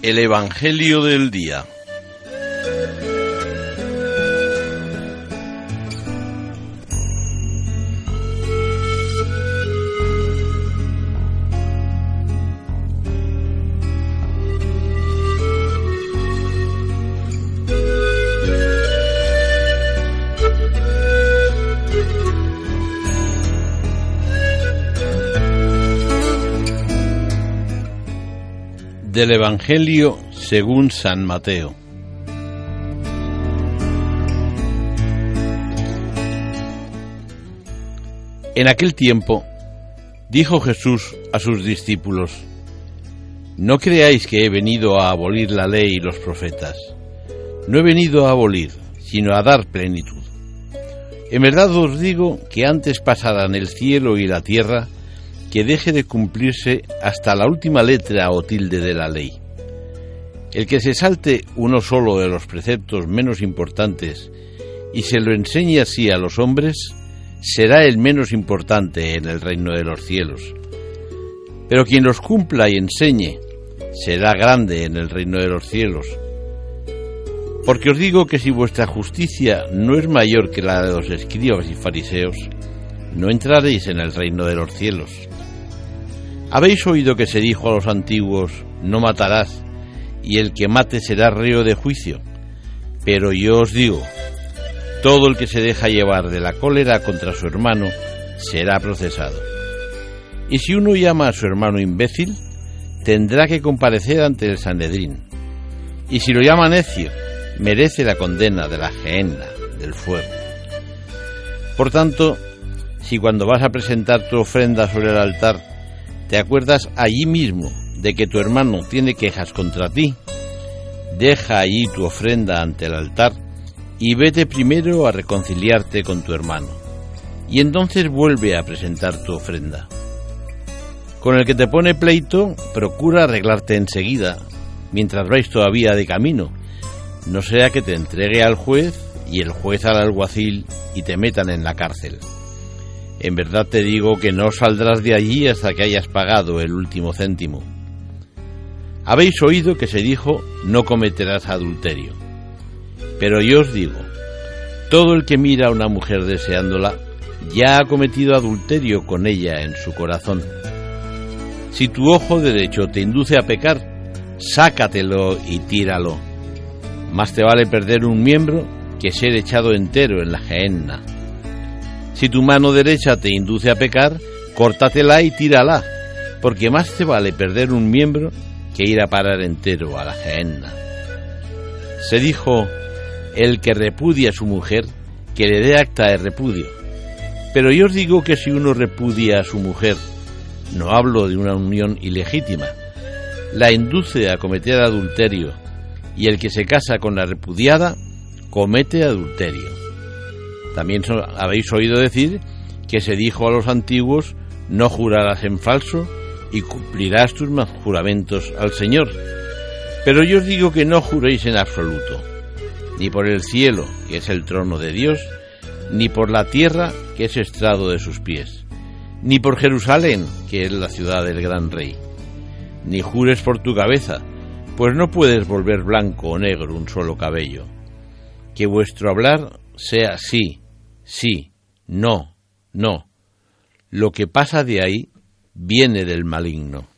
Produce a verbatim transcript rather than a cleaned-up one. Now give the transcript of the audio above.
El Evangelio del día. Del Evangelio según San Mateo. En aquel tiempo dijo Jesús a sus discípulos: No creáis que he venido a abolir la ley y los profetas. No he venido a abolir, sino a dar plenitud. En verdad os digo que antes pasarán el cielo y la tierra que deje de cumplirse hasta la última letra o tilde de la ley. El que se salte uno solo de los preceptos menos importantes y se lo enseñe así a los hombres, será el menos importante en el reino de los cielos. Pero quien los cumpla y enseñe, será grande en el reino de los cielos. Porque os digo que si vuestra justicia no es mayor que la de los escribas y fariseos, no entraréis en el reino de los cielos. Habéis oído que se dijo a los antiguos: no matarás, y el que mate será reo de juicio. Pero yo os digo, todo el que se deja llevar de la cólera contra su hermano será procesado. Y si uno llama a su hermano imbécil, tendrá que comparecer ante el Sanedrín. Y si lo llama necio, merece la condena de la gehenna, del fuego. Por tanto, si cuando vas a presentar tu ofrenda sobre el altar, te acuerdas allí mismo de que tu hermano tiene quejas contra ti, deja allí tu ofrenda ante el altar y vete primero a reconciliarte con tu hermano, y entonces vuelve a presentar tu ofrenda. Con el que te pone pleito, procura arreglarte enseguida, mientras vais todavía de camino, no sea que te entregue al juez y el juez al alguacil y te metan en la cárcel. En verdad te digo que no saldrás de allí hasta que hayas pagado el último céntimo. Habéis oído que se dijo: no cometerás adulterio. Pero yo os digo, todo el que mira a una mujer deseándola, ya ha cometido adulterio con ella en su corazón. Si tu ojo derecho te induce a pecar, sácatelo y tíralo. Más te vale perder un miembro que ser echado entero en la gehenna. Si tu mano derecha te induce a pecar, córtatela y tírala, porque más te vale perder un miembro que ir a parar entero a la gehenna. Se dijo: el que repudia a su mujer, que le dé acta de repudio. Pero yo os digo que si uno repudia a su mujer, no hablo de una unión ilegítima, la induce a cometer adulterio, y el que se casa con la repudiada, comete adulterio. También habéis oído decir que se dijo a los antiguos: no jurarás en falso y cumplirás tus juramentos al Señor. Pero yo os digo que no juréis en absoluto, ni por el cielo, que es el trono de Dios, ni por la tierra, que es estrado de sus pies, ni por Jerusalén, que es la ciudad del gran rey. Ni jures por tu cabeza, pues no puedes volver blanco o negro un solo cabello. Que vuestro hablar sea sí, sí, no, no. Lo que pasa de ahí viene del maligno.